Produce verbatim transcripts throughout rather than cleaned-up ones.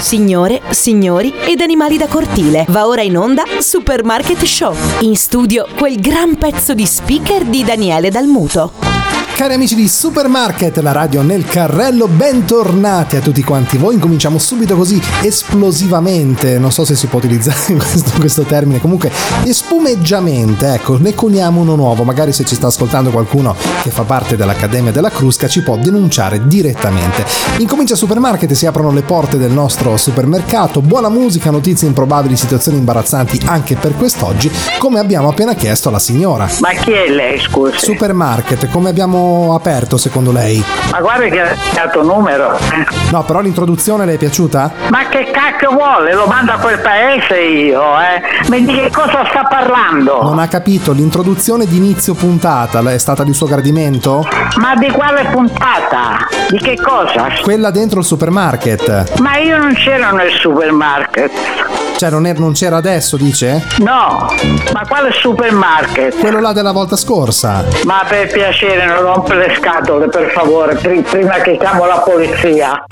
Signore, signori ed animali da cortile. Va ora in onda Supermarket Show. In studio quel gran pezzo di speaker di Daniele Dalmuto. Cari amici di Supermarket, la radio nel carrello, bentornati a tutti quanti voi. Incominciamo subito così esplosivamente, non so se si può utilizzare questo, questo termine, comunque espumeggiamente, ecco, ne coniamo uno nuovo. Magari se ci sta ascoltando qualcuno che fa parte dell'Accademia della Crusca ci può denunciare direttamente. Incomincia Supermarket, si aprono le porte del nostro supermercato, buona musica, notizie improbabili, situazioni imbarazzanti anche per quest'oggi, come abbiamo appena chiesto alla signora. Ma chi è lei, scusi? Supermarket, come abbiamo aperto secondo lei? Ma guarda che ha dato numero. No, però l'introduzione le è piaciuta? Ma che cacchio vuole? Lo mando a quel paese io, eh? Ma di che cosa sta parlando? Non ha capito, l'introduzione di inizio puntata è stata di suo gradimento? Ma di quale puntata? Di che cosa? Quella dentro il supermarket. Ma io non c'ero nel supermarket. Cioè non, è, non c'era adesso, dice? No, ma quale supermarket? Quello là della volta scorsa. Ma per piacere non rompe le scatole, per favore, pri- prima che chiamo la polizia.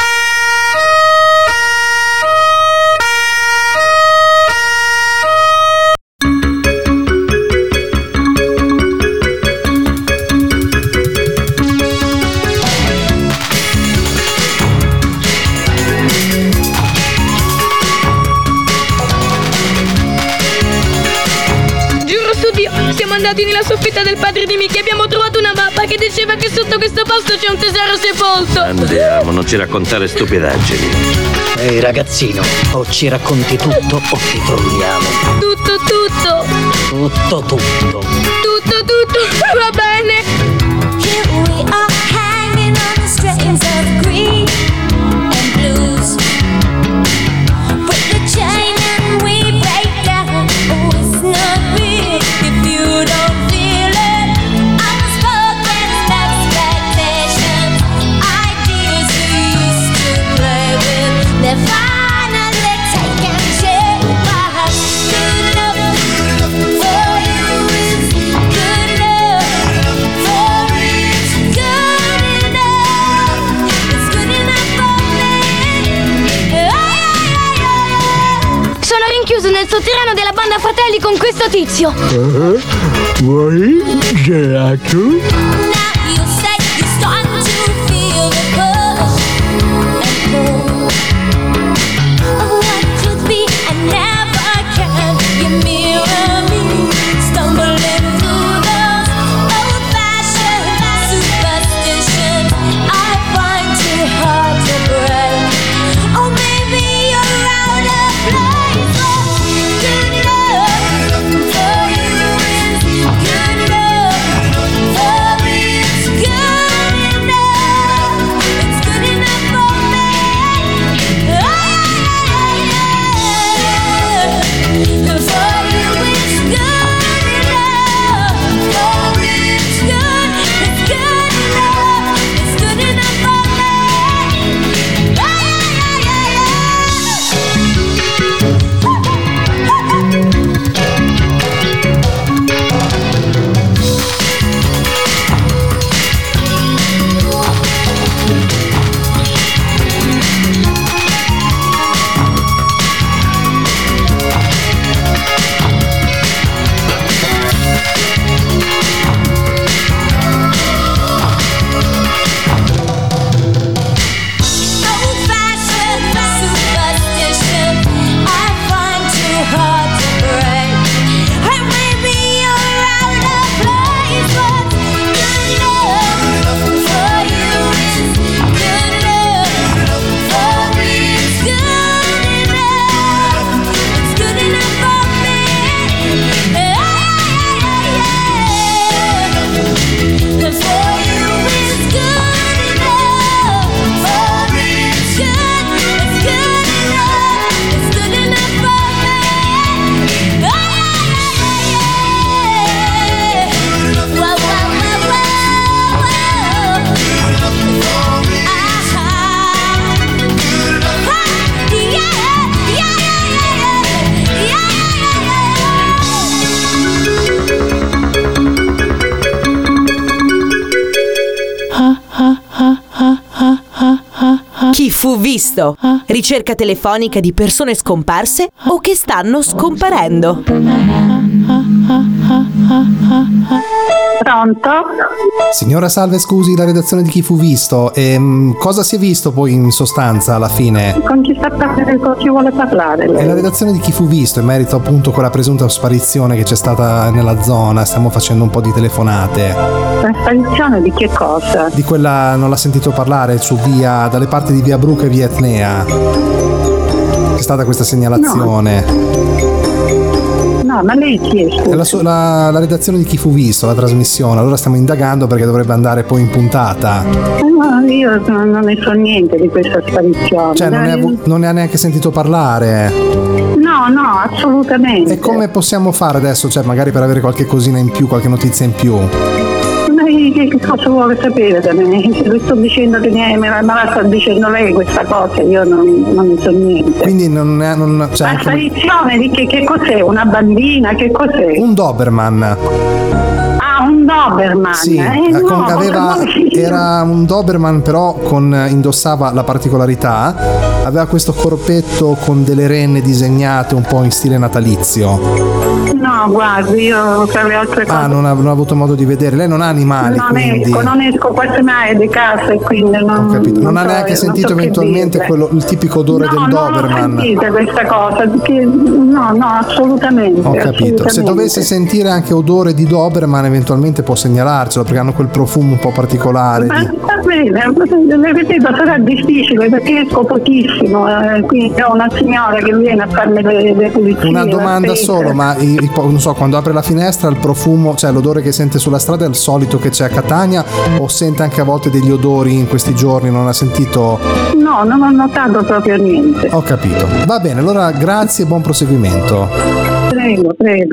Siamo andati nella soffitta del padre di Mickey e abbiamo trovato una mappa che diceva che sotto questo posto c'è un tesoro sepolto. Andiamo, non ci raccontare stupidaggini. Ehi ragazzino, o ci racconti tutto o ti trolliamo. Tutto, tutto. Tutto, tutto. Tutto, tutto. Va bene. Here we are hanging on the strings of green and blues. Put the chain and we break down. Oh, it's not real if you don't feel it. Unspoken expectations, ideas you used to play with, they're finally taking shape. But good enough for you is good enough for me. It's good enough. It's good enough for me. Oh, yeah, yeah, yeah. Sono rinchiuso nel sotterraneo della banda Fratelli con questo tizio. Uh-huh. Vuoi gelato? Now you say you're starting to feel the push and pull of what could be and never can. You mirror me, stumbling through those old-fashioned superstitions I find too hard to break. Oh, maybe you're out of place. Oh, good enough for you is good enough for me. Chi fu visto? Ricerca telefonica di persone scomparse o che stanno scomparendo. Pronto? Signora salve, scusi, la redazione di Chi fu visto. Ehm, cosa si è visto poi in sostanza alla fine? Con chi sta parlando? Con chi vuole parlare È la lei? redazione di Chi fu visto in merito appunto a quella presunta sparizione che c'è stata nella zona. Stiamo facendo un po' di telefonate. La sparizione di che cosa? Di quella non l'ha sentito parlare su via, dalle parti di via Bruca e via Etnea. C'è stata questa segnalazione. No, ma lei chi è? È Scusi? la, so- la- la redazione di Chi fu visto, la trasmissione. Allora stiamo indagando perché dovrebbe andare poi in puntata. No, io non non ne so niente di questa sparizione. Cioè non ne, ha, Dai, avu- non ne ha neanche sentito parlare. No, no, assolutamente. E come possiamo fare adesso? Cioè magari per avere qualche cosina in più, qualche notizia in più. Ma che, che cosa vuole sapere da me? Le sto dicendo che ne- me la, me la sta dicendo lei questa cosa, io non, non ne so niente. Quindi non ne ha... Non, cioè La anche sparizione di che, che cos'è? Una bambina? Che cos'è? un Doberman. Ah, un Doberman. Sì, eh, eh, con- no, aveva, no, era un Doberman però con, indossava la particolarità, aveva questo corpetto con delle renne disegnate un po' in stile natalizio. No, guardi, io per le altre cose Ah, non ha, non ha avuto modo di vedere. Lei non ha animali, non quindi... esco, non esco quasi mai di casa e quindi non, Ho capito. Non ha so- neanche non sentito so che eventualmente dirle. quello, il tipico odore no, del non Doberman? Non sentite questa cosa, perché- no, no, assolutamente. Ho capito. Se assolutamente. dovesse sentire anche odore di Doberman eventualmente può segnalarcelo perché hanno quel profumo un po' particolare. Ma Di... va bene, le ripeto, sarà difficile perché esco pochissimo, eh, quindi ho una signora che viene a farmi le, le pulizie. Una la domanda spesa. solo, ma i- i- non so, quando apre la finestra il profumo, cioè l'odore che sente sulla strada è il solito che c'è a Catania o sente anche a volte degli odori in questi giorni? Non ha sentito? No, non ho notato proprio niente. Ho capito. Va bene, allora grazie e buon proseguimento. Prego, prego.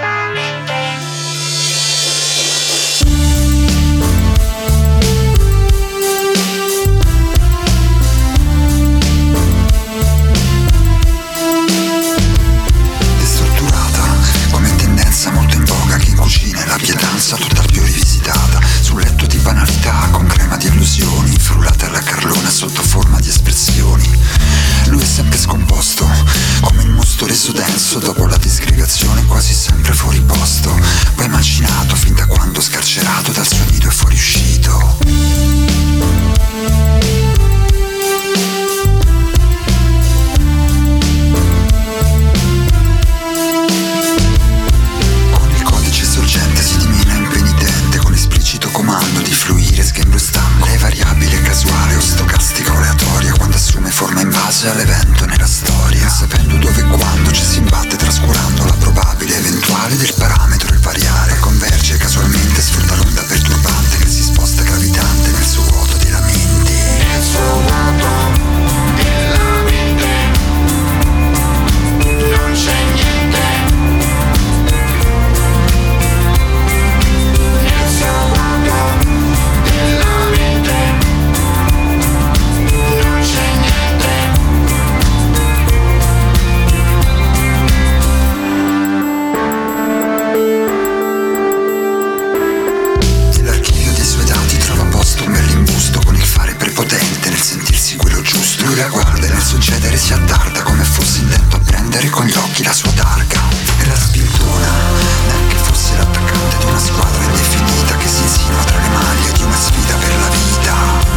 Destrutturata, come tendenza molto in voga che in cucina è la pietanza tutta più rivisitata. Sul letto di banalità, con crema di illusioni, frullata alla carlona sotto forma di espressioni. Lui è sempre scomposto, come il mosto reso denso dopo la disgregazione, quasi sempre fuori posto. Poi macinato fin da quando scarcerato dal suo nido è fuoriuscito. Con il codice sorgente si dimena impenitente, con esplicito comando di fluire sghembro stanco. Lei è variabile, casuale o stocastica o aleatoria, quando assume forma in base all'evento nella storia. Sapendo dove e quando ci si imbatte, trascurando la probabile eventuale del parametro il variare. Converge casualmente, sfrutta l'onda perturbante che si sposta gravitante nel suo vuoto di lamenti. Nel suo vuoto della mente non c'è niente. Nel suo vuoto della mente non c'è niente. Nell'archivio dei suoi dati trova posto un bell'imbusto con il fare prepotente nel sentirsi quello giusto. Lui la guarda e nel succedere si attarda come fosse intento a prendere con gli occhi la sua targa. E la spintona, neanche fosse l'attaccante di una squadra indefinita che si insinua tra le maglie di una sfida per la vita.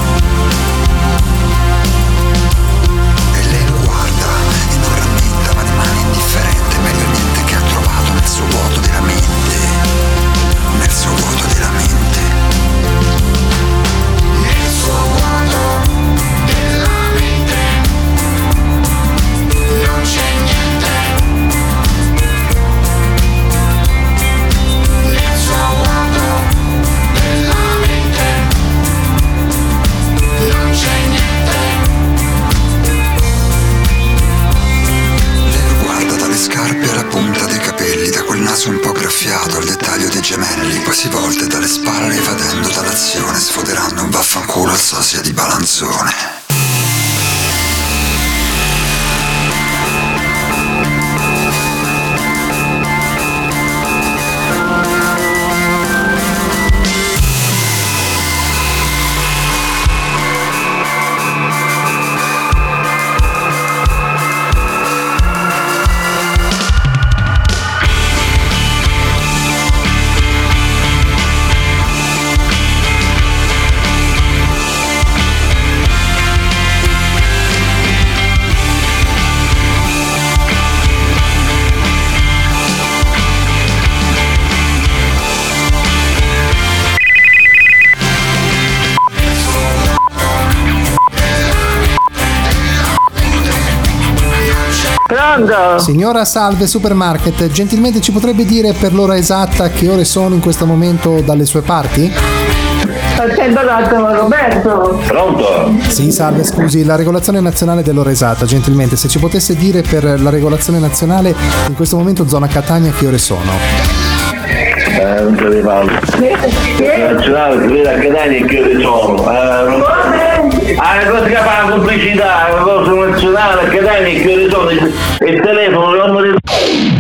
E lei lo guarda e non rammenta, ma rimane indifferente, meglio niente che ha trovato nel suo vuoto della mente. Nel suo vuoto della mente. Nel suo vuoto della mente non c'è niente. Nel suo vuoto della mente non c'è niente. Lei lo guarda dalle scarpe alla punta dei capelli, da quel naso un po' graffiato al dettaglio dei gemelli. Poi si volta dalle spalle evadendo dall'azione, sfoderando un vaffanculo al sosia di Balanzone. Pronto? Signora Salve Supermarket, gentilmente ci potrebbe dire per l'ora esatta che ore sono in questo momento dalle sue parti? Sento l'attimo Roberto. Pronto? Sì, salve, scusi, la regolazione nazionale dell'ora esatta, gentilmente, se ci potesse dire per la regolazione nazionale in questo momento zona Catania che ore sono? Eh, non te ne parlo. Nazionale, si vede a Catania che ore sono. Eh, non... Ah, la cosa che fa la pubblicità, la cosa nazionale a Catania che ore sono. Il telefono, il numero di...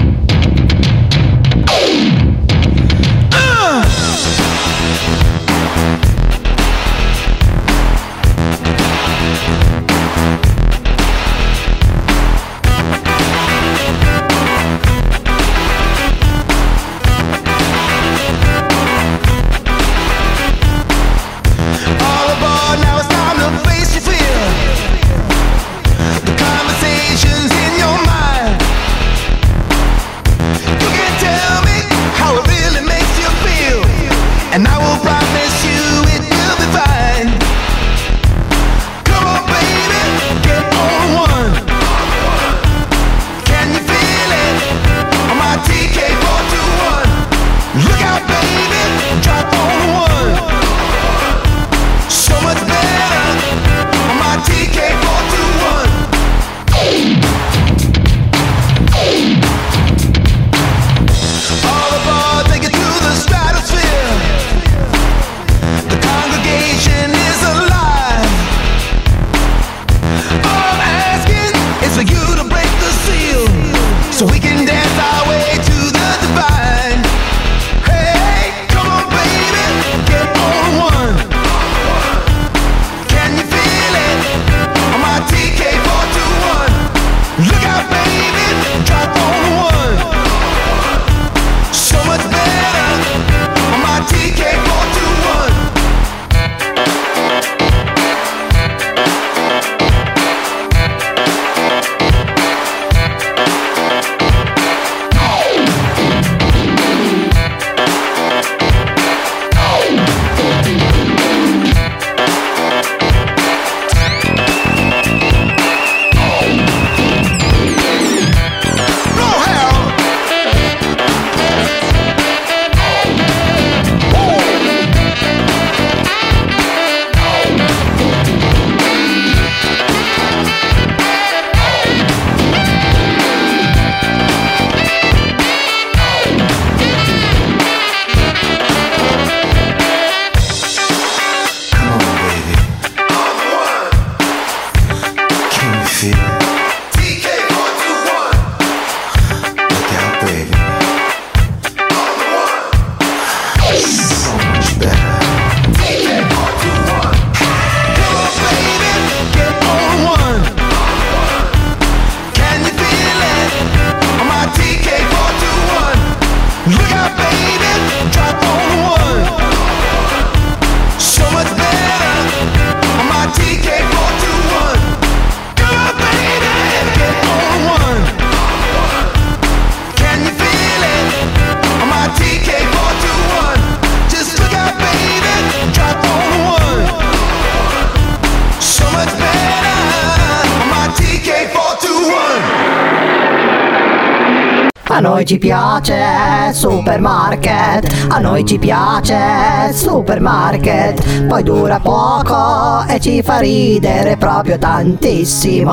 A noi ci piace Supermarket, a noi ci piace Supermarket, poi dura poco e ci fa ridere proprio tantissimo.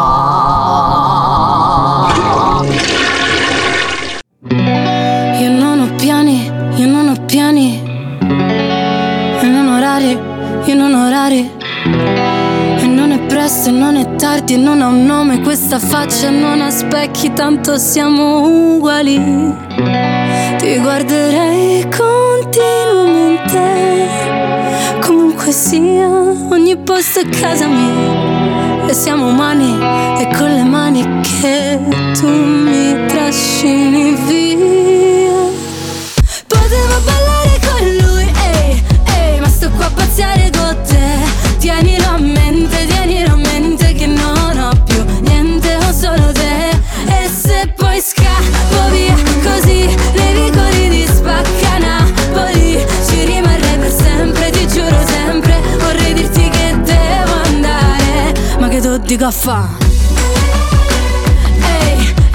Io non ho piani, io non ho piani, io non ho orari, io non ho orari. E non è presto e non è tardi e non ha un nome questa faccia, non ha specchi, tanto siamo uguali. Ti guarderei continuamente, comunque sia, ogni posto è casa mia. E siamo umani e con le mani che tu mi trascini via. Potevo ballare con lui, ehi, ehi, ma sto qua a pazziare con te. Tienilo a mente, tienilo a mente che non ho più niente, ho solo te. E se poi scappo via così, nei vicoli di Spacca Napoli, ci rimarrei per sempre, ti giuro sempre. Vorrei dirti che devo andare, ma che tu dico a fa'? Ehi,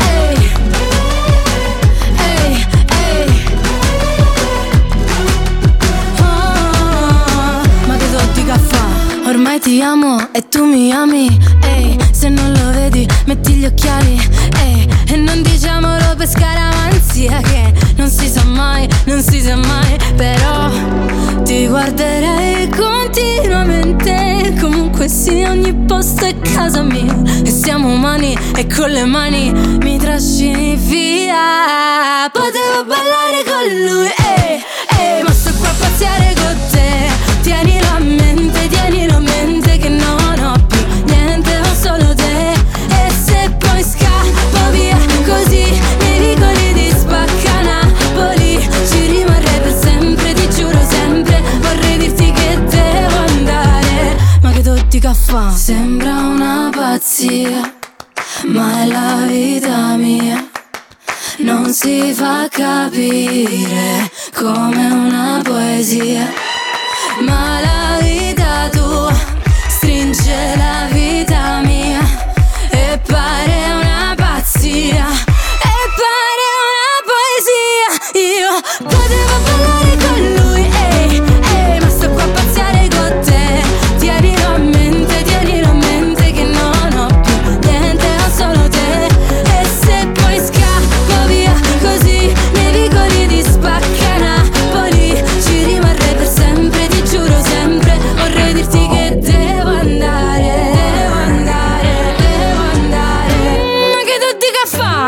tu mi ami, ehi, se non lo vedi metti gli occhiali, ehi, e non diciamolo per scaramanzia che non si sa mai, non si sa mai, però ti guarderei continuamente, comunque sia ogni posto è casa mia, e siamo umani e con le mani mi trascini via. Potevo ballare con lui, ehi, ehi, ma sto qua a pazziare con te, tienilo a mente, tienilo a mente che non ho più niente, ho solo te, e se poi scappo via così nei vicoli di Spacca Napoli ci rimarrei per sempre, ti giuro sempre, vorrei dirti che devo andare, ma che tutti caffè sembra una pazzia, ma è la vita mia, non si fa capire come una poesia, ma la vita tua stringe la vita mia e pare una pazzia, e pare una poesia. Io potevo ballare con lui, ehi, ehi, ma sto qua a pazziare con te, tienilo a mente, tienilo a mente che non ho più niente, ho solo te, e se poi scappo via così nei vicoli di Spacca Napoli ci rimarrei per sempre, ti giuro sempre, vorrei dirti che devo andare, devo andare, devo andare, ma che tu dica fa?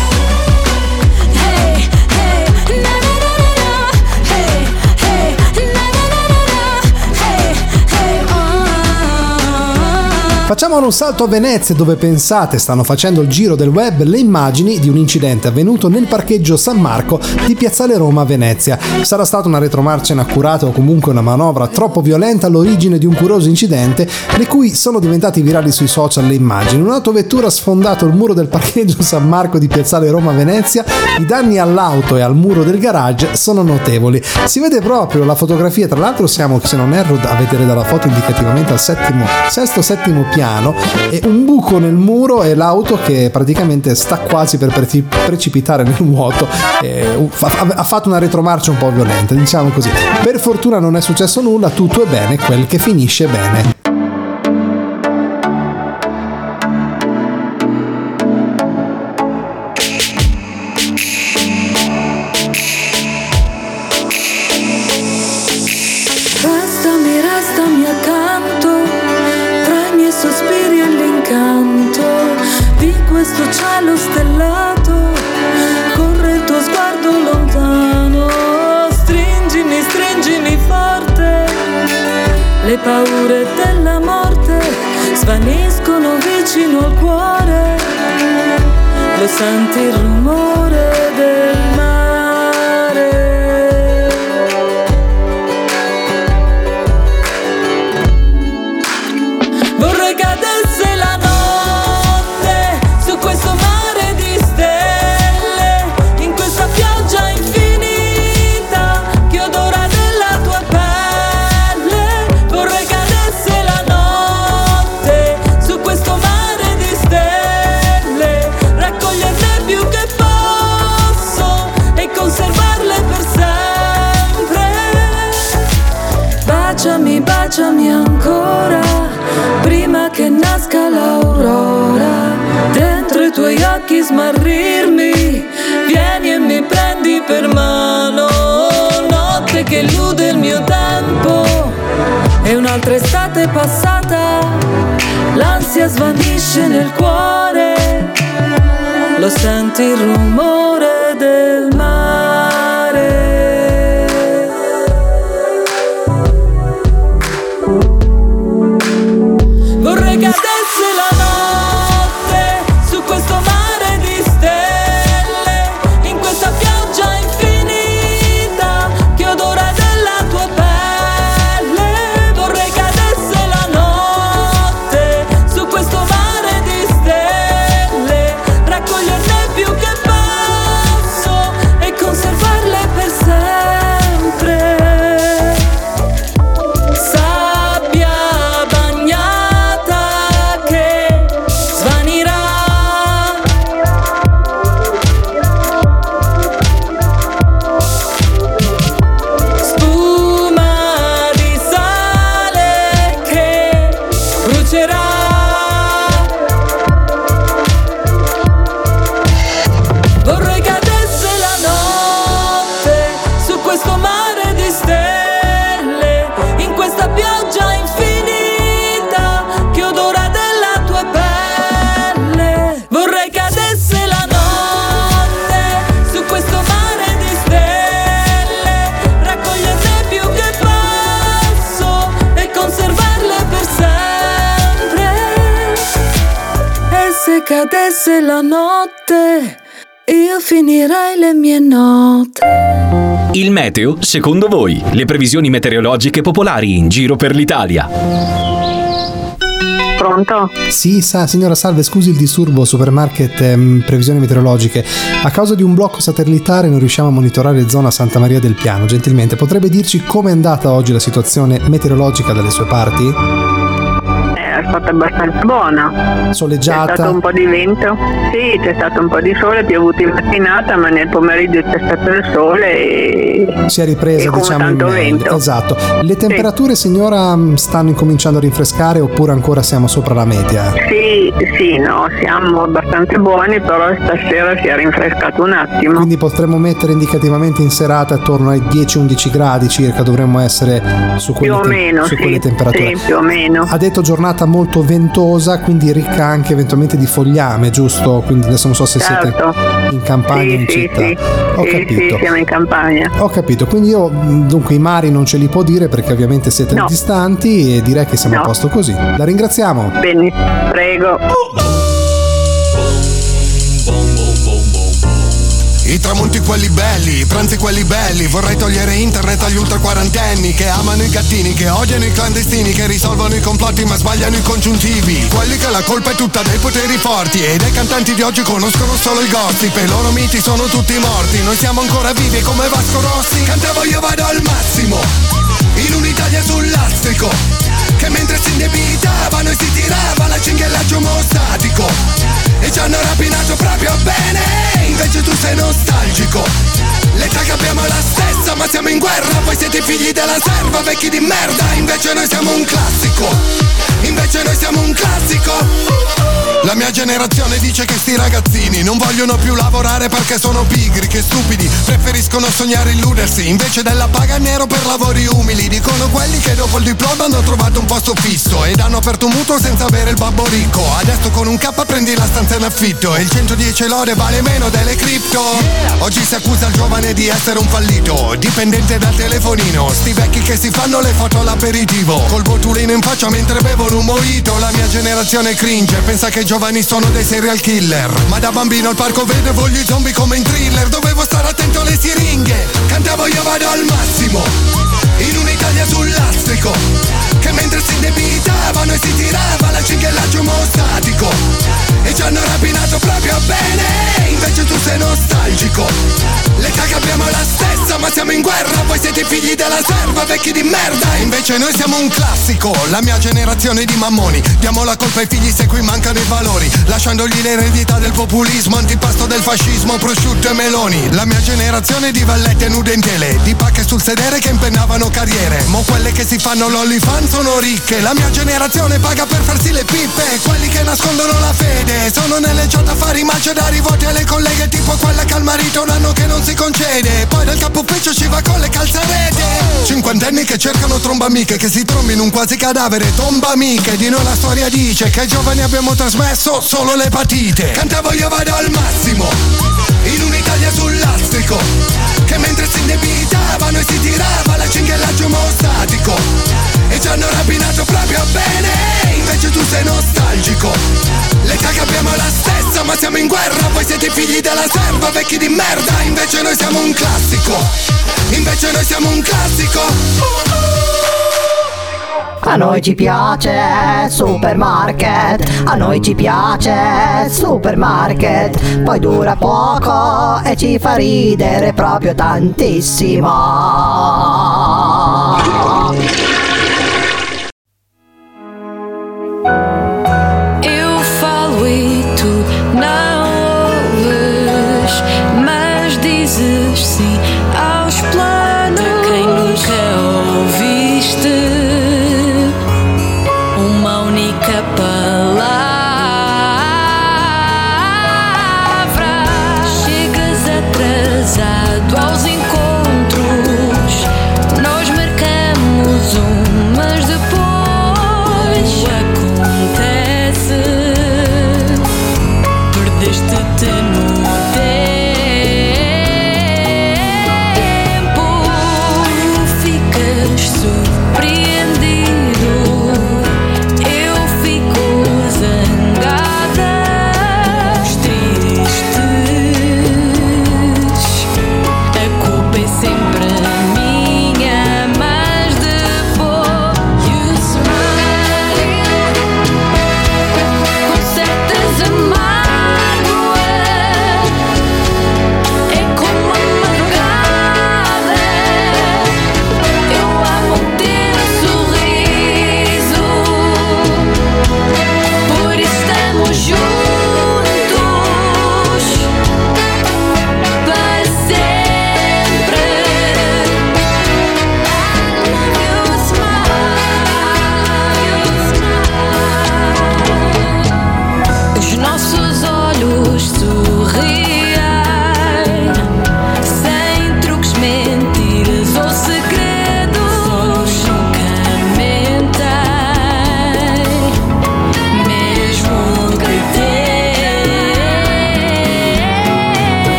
Hey, hey, na na na na na, hey, hey, na na na na na, hey, hey, oh. Facciamo un salto a Venezia, dove pensate stanno facendo il giro del web le immagini di un incidente avvenuto nel parcheggio San Marco di Piazzale Roma a Venezia. Sarà stata una retromarcia inaccurata o comunque una manovra troppo violenta all'origine di un curioso incidente, le cui sono diventati virali sui social le immagini. Un'autovettura ha sfondato il muro del parcheggio San Marco di Piazzale Roma a Venezia, i danni all'auto e al muro del garage sono notevoli. Si vede proprio la fotografia, tra l'altro siamo, se non erro, a vedere dalla foto indicativamente al settimo, sesto settimo piano, e un buco nel muro e l'auto che praticamente sta quasi per pre- precipitare nel vuoto, e ha fatto una retromarcia un po' violenta, diciamo così. Per fortuna non è successo nulla, tutto è bene quel che finisce bene. Restami, restami accanto, tra i miei sospiri e l'incanto di questo cielo stellato, corre il tuo sguardo lontano, stringimi, stringimi forte, le paure della morte svaniscono vicino al cuore, lo senti il rumore del mare. Vorrei cadesse la notte su questo mare di stelle, in questa pioggia infinita che odora della tua pelle. Vorrei cadesse la notte su questo mare di stelle, raccoglierne più che posso e conservarle per sempre. Baciami, baciami ancora, prima che nasca l'aurora, dentro i tuoi occhi smarrirmi, vieni e mi prendi per mano, notte che elude il mio tempo, e un'altra estate passata, l'ansia svanisce nel cuore, lo senti il rumore del mare. Vorrei cadesse la notte su questo mare di stelle, in questa pioggia infinita che odora della tua pelle. Vorrei cadesse la notte su questo mare di stelle, raccoglierne più che cadesse la notte, io finirei le mie note. Il meteo, secondo voi, le previsioni meteorologiche popolari in giro per l'Italia. Pronto? Sì, sa, signora, salve, scusi il disturbo, Supermarket, ehm, previsioni meteorologiche. A causa di un blocco satellitare non riusciamo a monitorare zona Santa Maria del Piano. Gentilmente, potrebbe dirci com'è andata oggi la situazione meteorologica dalle sue parti? È stata abbastanza buona. Soleggiata? C'è stato un po' di vento. Sì, c'è stato un po' di sole, piovuto in mattinata, ma nel pomeriggio c'è stato il sole e si è ripresa, e con diciamo, tanto in meglio. vento. Esatto. Le temperature, sì, signora, stanno incominciando a rinfrescare oppure ancora siamo sopra la media? Sì, sì, no, siamo abbastanza buoni, però stasera si è rinfrescato un attimo. Quindi potremmo mettere indicativamente in serata attorno ai dieci undici gradi circa, dovremmo essere su quelle, più o meno, su sì, quelle temperature. Sì, più o meno. Ha detto giornata molto ventosa, quindi ricca anche eventualmente di fogliame, giusto? Quindi adesso non so se Certo. siete in campagna o Sì, in sì, città. sì. Ho Sì, capito. sì, siamo in campagna. Ho capito, quindi io dunque i mari non ce li può dire perché ovviamente siete No. distanti e direi che siamo No. a posto così. La ringraziamo. Bene, prego. I tramonti quelli belli, i pranzi quelli belli. Vorrei togliere internet agli ultra quarantenni che amano i gattini, che odiano i clandestini, che risolvono i complotti ma sbagliano i congiuntivi. Quelli che la colpa è tutta dei poteri forti e dei cantanti di oggi conoscono solo il gossip e i loro miti sono tutti morti. Noi siamo ancora vivi come Vasco Rossi. Cantavo io vado al massimo, in un'Italia sul lastrico, che mentre si indebitavano e si tirava la cinghiallaggio mostatico e ci hanno rapinato proprio bene, invece tu sei nostalgico. L'età che abbiamo è la stessa ma siamo in guerra, voi siete figli della serva, vecchi di merda, invece noi siamo un classico, invece noi siamo un classico. La mia generazione dice che sti ragazzini non vogliono più lavorare perché sono pigri, che stupidi, preferiscono sognare e illudersi invece della paga nero per lavori umili. Dicono quelli che dopo il diploma hanno trovato un posto fisso ed hanno aperto un mutuo senza avere il babbo ricco. Adesso con un K prendi la stanza in affitto e il centodieci lode vale meno delle cripto. Oggi si accusa il giovane di essere un fallito, dipendente dal telefonino. Sti vecchi che si fanno le foto all'aperitivo col botulino in faccia mentre bevono un mojito. La mia generazione cringe, pensa che i giovani sono dei serial killer, ma da bambino al parco vedevo gli zombie come in thriller. Dovevo stare attento alle siringhe, cantavo io vado al massimo, in un'Italia sul lastrico, che mentre si indebitavano e si tirava la cinghiallaggio mostatico e ci hanno rapinato proprio bene, invece tu sei nostalgico. L'età che abbiamo è la stessa ma siamo in guerra, voi siete figli della serva, vecchi di merda, invece noi siamo un classico. La mia generazione di mammoni, diamo la colpa ai figli se qui mancano i valori, lasciandogli l'eredità del populismo, antipasto del fascismo, prosciutto e meloni. La mia generazione di vallette nude in tele, di pacche sul sedere che impennavano carriere, mo quelle che si fanno l'OnlyFans sono ricche. La mia generazione paga per farsi le pippe, quelli che nascondono la fede sono nelle chat a fare i macedari, voti alle colleghe tipo quella che al marito un anno che non si concede, poi dal capo ufficio ci va con le calzarete. Cinquantenni che cercano tromba amiche, che si trombino un quasi cadavere, tomba amiche. Di noi la storia dice che ai giovani abbiamo trasmesso solo l'epatite. Cantavo io vado al massimo, in un'Italia sul lastrico, che mentre si indebitavano e si tirava la cinghiallaggio mostatico e ci hanno rapinato proprio bene, invece tu sei nostalgico. L'età che abbiamo è la stessa ma siamo in guerra, voi siete figli della serva, vecchi di merda, invece noi siamo un classico, invece noi siamo un classico. A noi ci piace Supermarket, a noi ci piace Supermarket, poi dura poco e ci fa ridere proprio tantissimo. Eu falo e tu não ouves, mas dizes sim aos planos de quem nunca ouviste uma única palavra. Chegas atrasado aos encontros, nós marcamos um, mas depois acontece, perdeste-te no tempo, ficas surpreendido, eu fico zangada,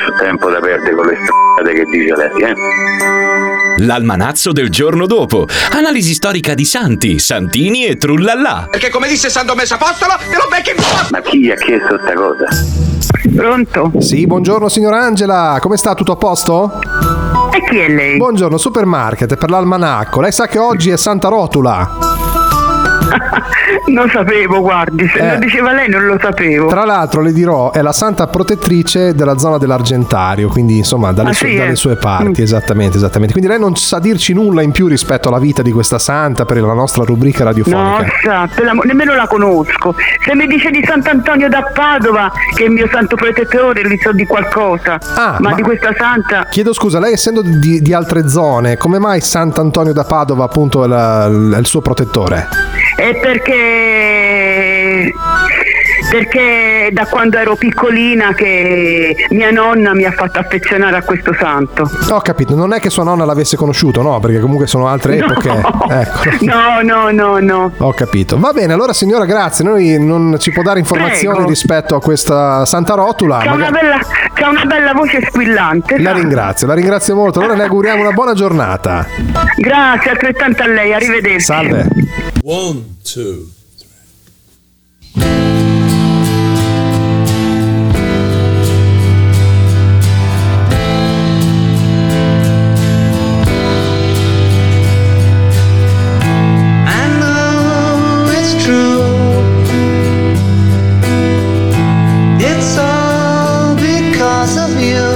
c'ho tempo da perdere con le strade che dice lei, eh? L'almanazzo del giorno dopo. Analisi storica di santi, santini e trullallà. Perché come disse San Domenico Apostolo, te lo becchi in po'! Ma chi ha chiesto sta cosa? Pronto? Sì, buongiorno signora Angela, come sta? Tutto a posto? E chi è lei? Buongiorno, Supermarket per l'almanacco. Lei sa che oggi è Santa Rotula? Non sapevo, guardi, se Eh. lo diceva lei non lo sapevo. Tra l'altro le dirò, è la santa protettrice della zona dell'Argentario, quindi insomma dalle, Ah, sue, sì, dalle eh? sue parti, Mm. esattamente, esattamente. Quindi lei non sa dirci nulla in più rispetto alla vita di questa santa per la nostra rubrica No, radiofonica. sa, per l'amo- nemmeno la conosco. Se mi dice di Sant'Antonio da Padova, che è il mio santo protettore, gli so di qualcosa. Ah, ma, ma- di questa santa... Chiedo scusa, lei essendo di, di altre zone, come mai Sant'Antonio da Padova appunto è, la- è il suo protettore? È perché... perché da quando ero piccolina che mia nonna mi ha fatto affezionare a questo santo. Ho capito, non è che sua nonna l'avesse conosciuto, no? Perché comunque sono altre No. epoche. Ecco. No, no, no, no. Ho capito. Va bene, allora signora, grazie. Noi non ci può dare informazioni Prego. rispetto a questa Santa Rotula. C'ha una, magari- bella, c'ha una bella voce squillante. La sa? ringrazio, la ringrazio molto. Allora le auguriamo una buona giornata. Grazie, altrettanto a lei, arrivederci. Salve. One, two. I know it's true. It's all because of you.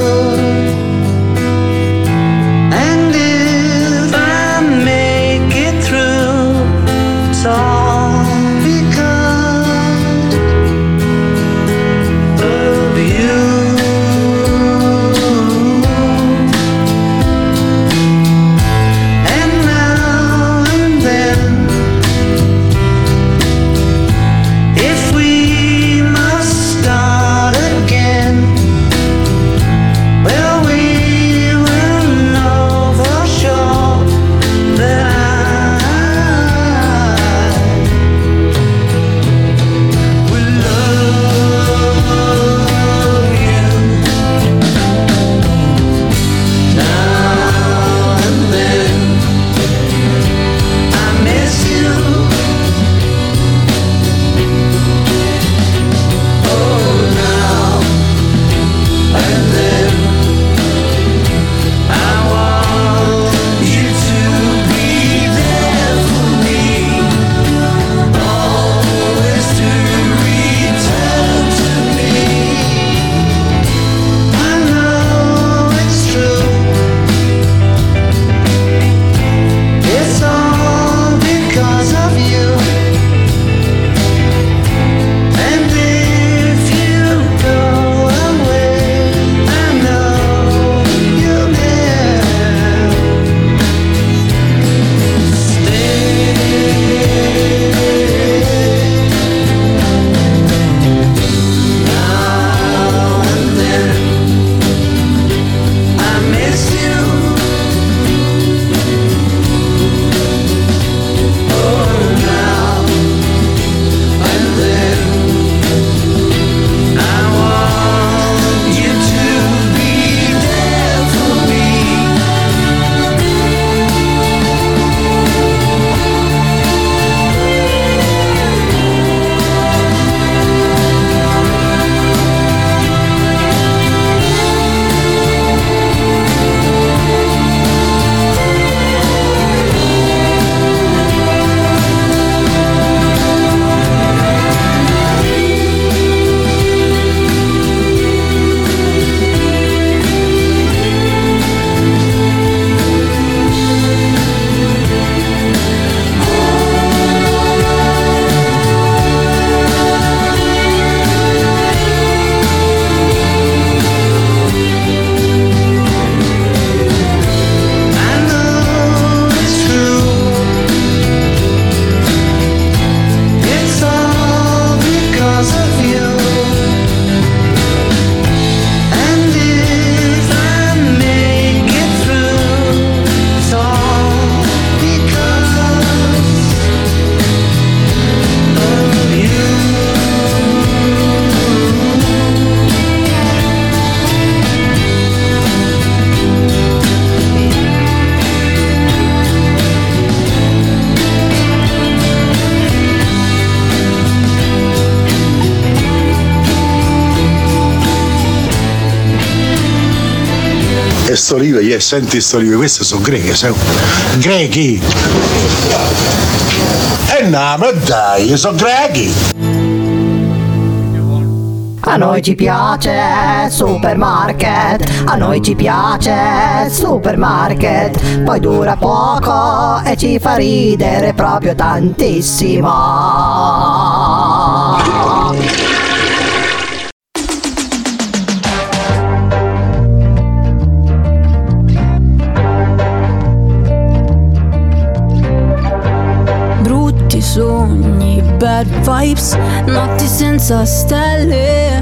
And if I make it through, it's all st'olive, yeah, senti st'olive, queste sono greche, sai? Grechi! Eh no, ma dai, sono grechi! A noi ci piace Supermarket, a noi ci piace Supermarket, poi dura poco e ci fa ridere proprio tantissimo. Brutti sogni, bad vibes, notti senza stelle,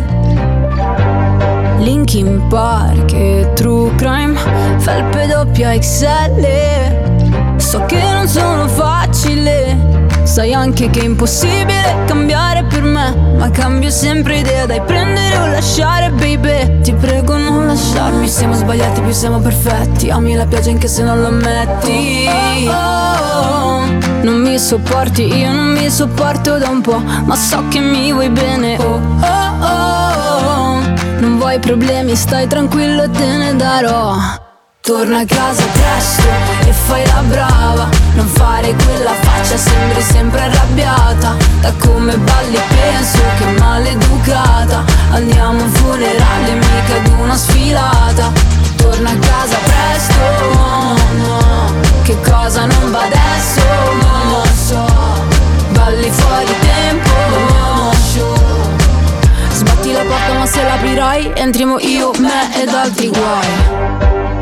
Linkin Park e True Crime, felpe doppia X L. So che non sono facile, sai anche che è impossibile cambiare per me, ma cambio sempre idea, dai prendere o lasciare baby. Ti prego non lasciarmi, siamo sbagliati più siamo perfetti, ami la pioggia anche se non lo ammetti. Oh, oh, non mi sopporti, io non mi sopporto da un po', ma so che mi vuoi bene. Oh oh oh, non vuoi problemi, stai tranquillo, te ne darò. Torna a casa presto e fai la brava, non fare quella faccia, sembri sempre arrabbiata. Da come balli penso che maleducata, andiamo a un funerale, mica ad una sfilata. Torna a casa presto, no, no, che cosa non va adesso, non lo so. Balli fuori tempo, no, sbatti la porta ma se l'aprirai entriamo io, me ed altri guai.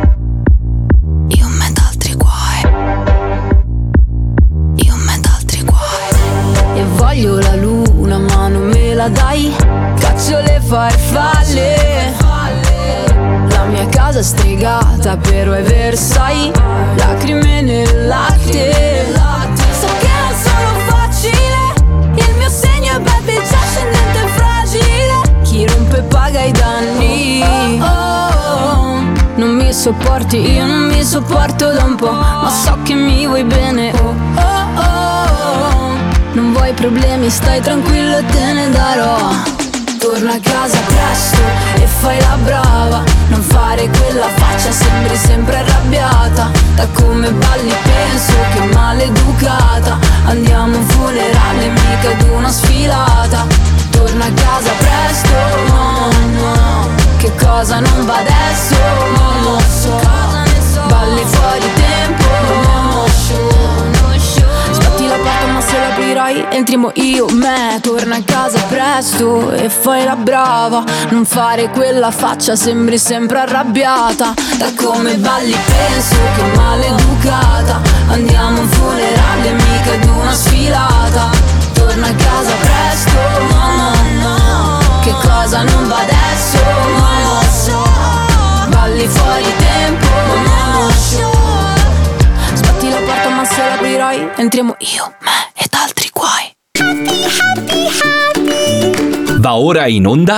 Voglio la luna ma non me la dai, caccio le farfalle. La mia casa è stregata però è Versailles, lacrime nel latte. So che non sono facile, il mio segno è baby già scendente e fragile. Chi rompe paga i danni. Oh, oh, oh. Non mi sopporti, io non mi sopporto da un po', ma so che mi vuoi bene. Oh oh oh, non vuoi problemi, stai tranquillo e te ne darò. Torna a casa presto e fai la brava, non fare quella faccia, sembri sempre arrabbiata. Da come balli penso che maleducata, andiamo a un funerale, mica ad una sfilata. Torna a casa presto, no, no, che cosa non va adesso, non lo so. Balli fuori tempo, no, sbatti la porta ma se l'aprirai entriamo io, me. Torna a casa presto e fai la brava, non fare quella faccia, sembri sempre arrabbiata. Da come balli penso che maleducata, andiamo a un funerale, mica ad una sfilata. Torna a casa presto, no, no, no, che cosa non va adesso, non lo so. Balli fuori tempo, no, sbatti la porta ma se l'aprirai entriamo io, me ed altri guai. Va ora in onda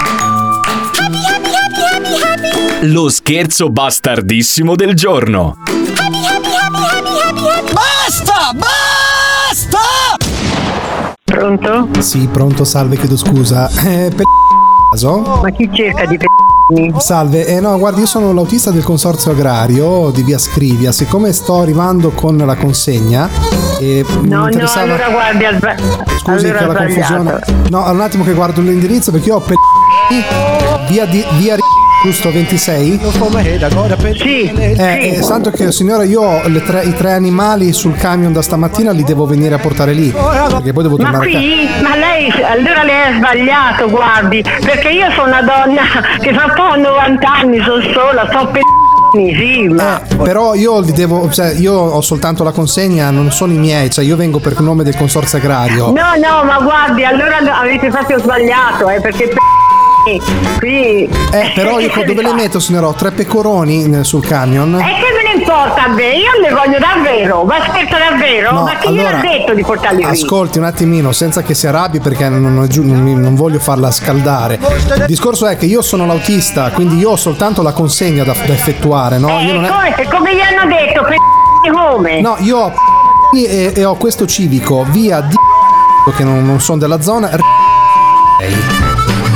lo scherzo bastardissimo del giorno. Basta! Basta! Pronto? Sì, pronto, salve, chiedo scusa. Eh, per caso? Ma chi cerca di p***? Salve, eh no, guardi, io sono l'autista del consorzio agrario di via Scrivia. Siccome sto arrivando con la consegna e No, mi interessava... no, allora guardi, al sba- Scusi allora che la confusione. No, un attimo che guardo l'indirizzo perché io ho per via di via giusto ventisei? Sì, eh, sì. Tanto che signora, io ho le tre, i tre animali sul camion da stamattina, li devo venire a portare lì perché poi devo Ma tornare a casa. qui? Ma lei, allora lei ha sbagliato, guardi, perché io sono una donna che fa po' novanta anni, sono sola, sto per sì, ma... Eh, però io li devo, cioè io ho soltanto la consegna, non sono i miei, cioè io vengo per nome del consorzio agrario. No, no, ma guardi, allora avete proprio sbagliato, eh, perché per... qui... Eh, però io dove le metto, signora? Ho tre pecoroni nel- sul camion. E che me ne importa a me? Io le voglio davvero, ma scherza davvero? No, ma chi allora, gliel'ha detto di portarli qui? Ascolti un attimino, senza che si arrabbi, perché non, non, non, mi- non voglio farla scaldare. Il discorso è che io sono l'autista, quindi io ho soltanto la consegna da, da effettuare, no? Io non è... come, come gli hanno detto? Per come? No, io ho e, e ho questo civico, via di che non, non sono della zona.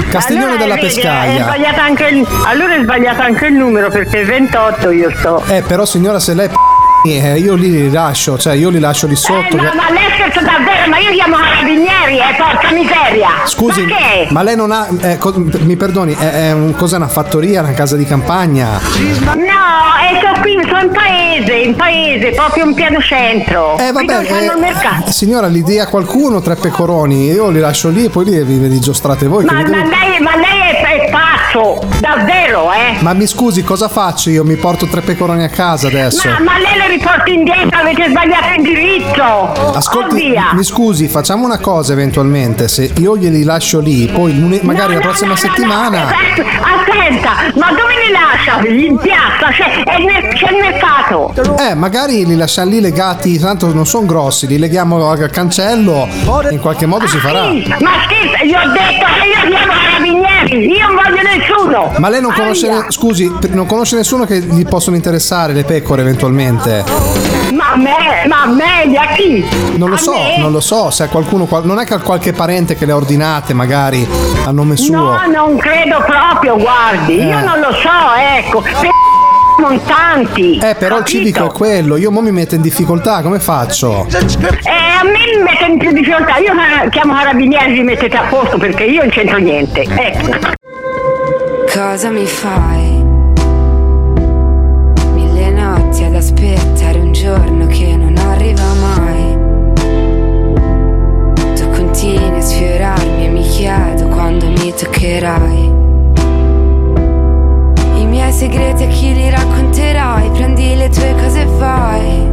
Castiglione allora, della vedi, Pescaia. È sbagliato anche il, allora è sbagliato anche il numero perché ventotto io sto. Eh, però signora, se lei eh, io li rilascio, cioè io li lascio lì sotto. Eh, ma, che... ma lei scherza davvero, ma io chiamo carabinieri, eh, porca miseria! Scusi, ma, che? ma lei non ha. Eh, co- mi perdoni, è, è un, cos'è una fattoria, una casa di campagna? No, e sono qui, sono in paese, in paese, proprio in pieno centro. Eh, vabbè, Qui dove fanno il mercato. eh, signora, li dia qualcuno tre pecoroni, io li lascio lì e poi li, vi, li giostrate voi. Ma, che vi ma devo- lei, ma lei è, è pazzo, davvero, eh? Ma mi scusi, cosa faccio io? Mi porto tre pecoroni a casa adesso? Ma, ma lei le riporti indietro, avete sbagliato indirizzo! Ascolti, Oddia. mi scusi, facciamo una cosa eventualmente, se io glieli lascio lì, poi lune- magari No, la no, prossima no, settimana... no, aspetta, aspetta, ma dove li lascia? In piazza, c'è, è nel, c'è il mercato. Eh, magari li lasciamo lì legati, tanto non sono grossi, li leghiamo al cancello, in qualche modo si farà. Sì, ma scherza, gli ho detto che io chiamo carabinieri, io non voglio nessuno. Ma lei non conosce, Aia. ne- scusi, non conosce nessuno che gli possono interessare le pecore eventualmente? Ma a me, ma a me, a chi? Non lo A so, me? non lo so, se ha qualcuno, qual- non è che ha qualche parente che le ha ordinate magari a nome suo. No, non credo proprio, guardi, Eh. io non lo so, ecco, per montanti. Eh, però il civico è quello, io mo mi metto in difficoltà, come faccio? Eh, a me mi mette in più difficoltà, io eh, chiamo carabinieri, li mettete a posto perché io non c'entro niente, ecco. Cosa mi fai? Mille notti ad aspettare un giorno che non arriva mai. Tu continui a sfiorarmi e mi chiedo quando mi toccherai. I miei segreti a chi li racconterai? Prendi le tue cose e vai.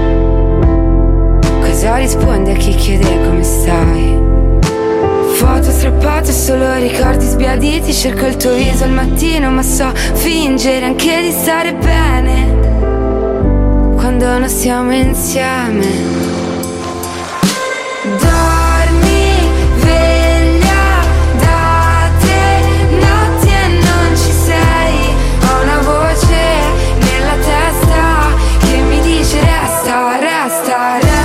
Cosa rispondi a chi chiede come stai? Foto strappate, solo ricordi sbiaditi. Cerco il tuo viso al mattino, ma so fingere anche di stare bene quando non siamo insieme. Dormi, veglia da te, notti e non ci sei. Ho una voce nella testa che mi dice resta, resta, resta.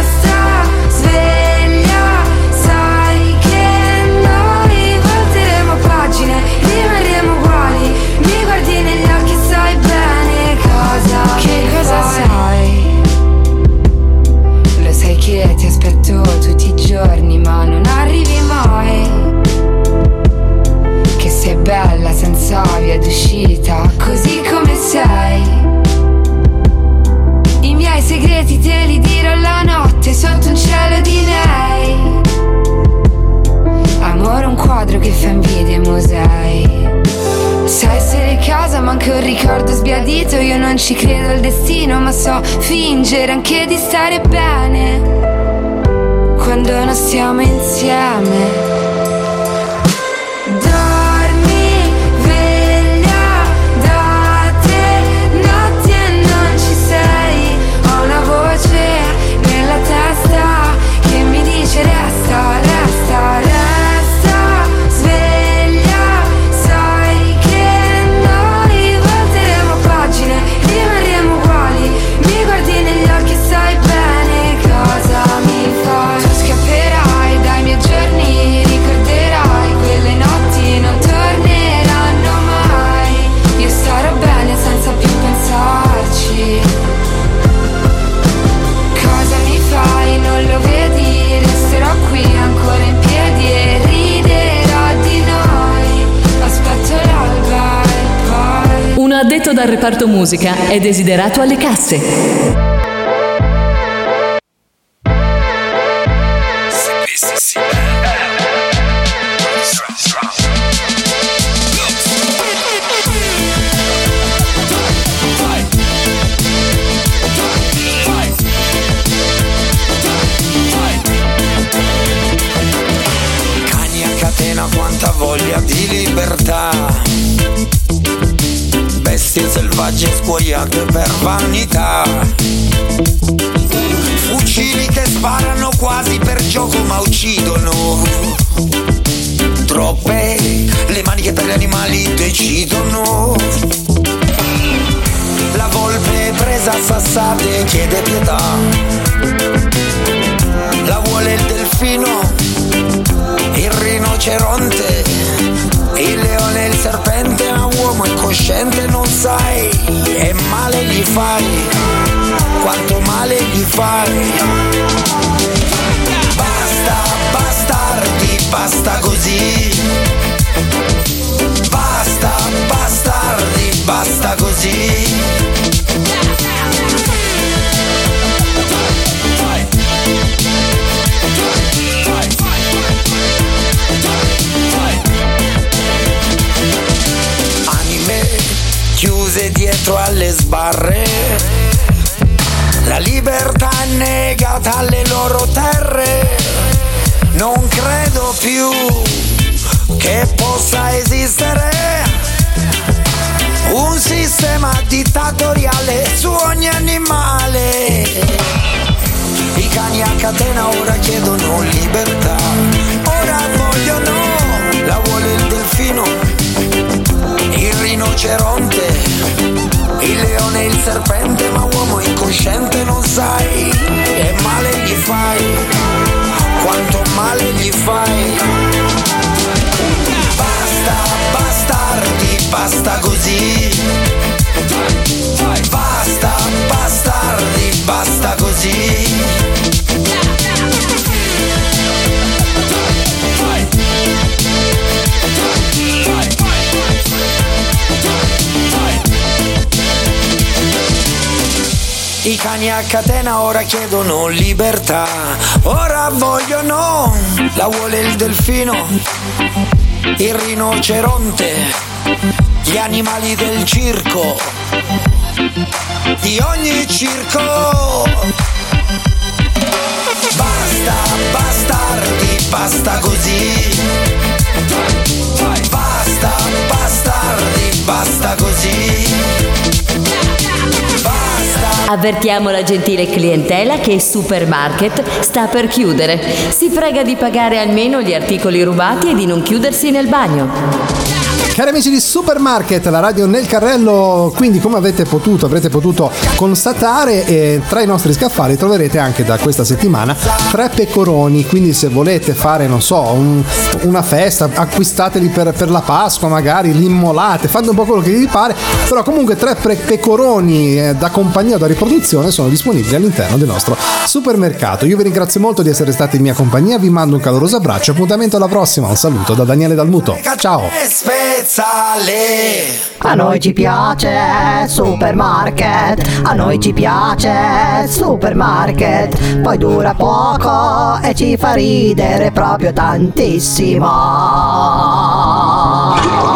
Che ti aspetto tutti i giorni ma non arrivi mai. Che sei bella senza via d'uscita, così come sei. I miei segreti te li dirò la notte sotto un cielo di lei. Amore, un quadro che fa invidia ai musei. Sai essere a casa ma anche un ricordo sbiadito. Io non ci credo al destino ma so fingere anche di stare bene quando non stiamo insieme. Dormi, veglia da te, notti e non ci sei. Ho una voce nella testa che mi dice resta, resta, resta, sveglia. Sai che noi volteremo pagine, rimarremo uguali. Mi guardi negli occhi e sai bene cosa mi fai. Tu scapperai dai miei giorni, ricorderai quelle notti non torneranno mai. Io starò bene senza più pensarci. Cosa mi fai? Non lo vedi? Resterò qui ancora in piedi e riderò di noi. Aspetto l'alba e poi Un addetto dal reparto musica è desiderato alle casse. Cani a catena, quanta voglia di libertà. Bestie selvagge scuoiate per vanità. Fucili che sparano quasi per gioco ma uccidono. Troppe le maniche per gli animali decidono. La volpe presa a sassate chiede pietà. La vuole il delfino, il rinoceronte fai. Basta, bastardi, basta così. Basta, bastardi, basta così. Anime chiuse dietro alle sbarre, la libertà è negata alle loro terre. Non credo più che possa esistere un sistema dittatoriale su ogni animale. I cani a catena ora chiedono libertà, ora vogliono, la vuole il delfino, il rinoceronte, il leone e il serpente, ma uomo incosciente non sai che male gli fai, quanto male gli fai. Basta, bastardi, basta così. Basta, bastardi, basta così. I cani a catena ora chiedono libertà, ora vogliono, la vuole il delfino, il rinoceronte, gli animali del circo, di ogni circo. Basta, bastardi, basta così. Basta, bastardi, basta così. Avvertiamo la gentile clientela che Supermarket sta per chiudere. Si prega di pagare almeno gli articoli rubati e di non chiudersi nel bagno. Cari amici di Supermarket, la radio nel carrello, quindi come avete potuto, avrete potuto constatare, eh, tra i nostri scaffali troverete anche da questa settimana tre pecoroni, quindi se volete fare, non so, un, una festa, acquistateli per, per la Pasqua magari, li immolate, fate un po' quello che vi pare, però comunque tre pre- pecoroni eh, da compagnia o da riproduzione sono disponibili all'interno del nostro supermercato. Io vi ringrazio molto di essere stati in mia compagnia, vi mando un caloroso abbraccio, appuntamento alla prossima, un saluto da Daniele Dalmuto, ciao! A noi ci piace Supermarket, a noi ci piace Supermarket, poi dura poco e ci fa ridere proprio tantissimo.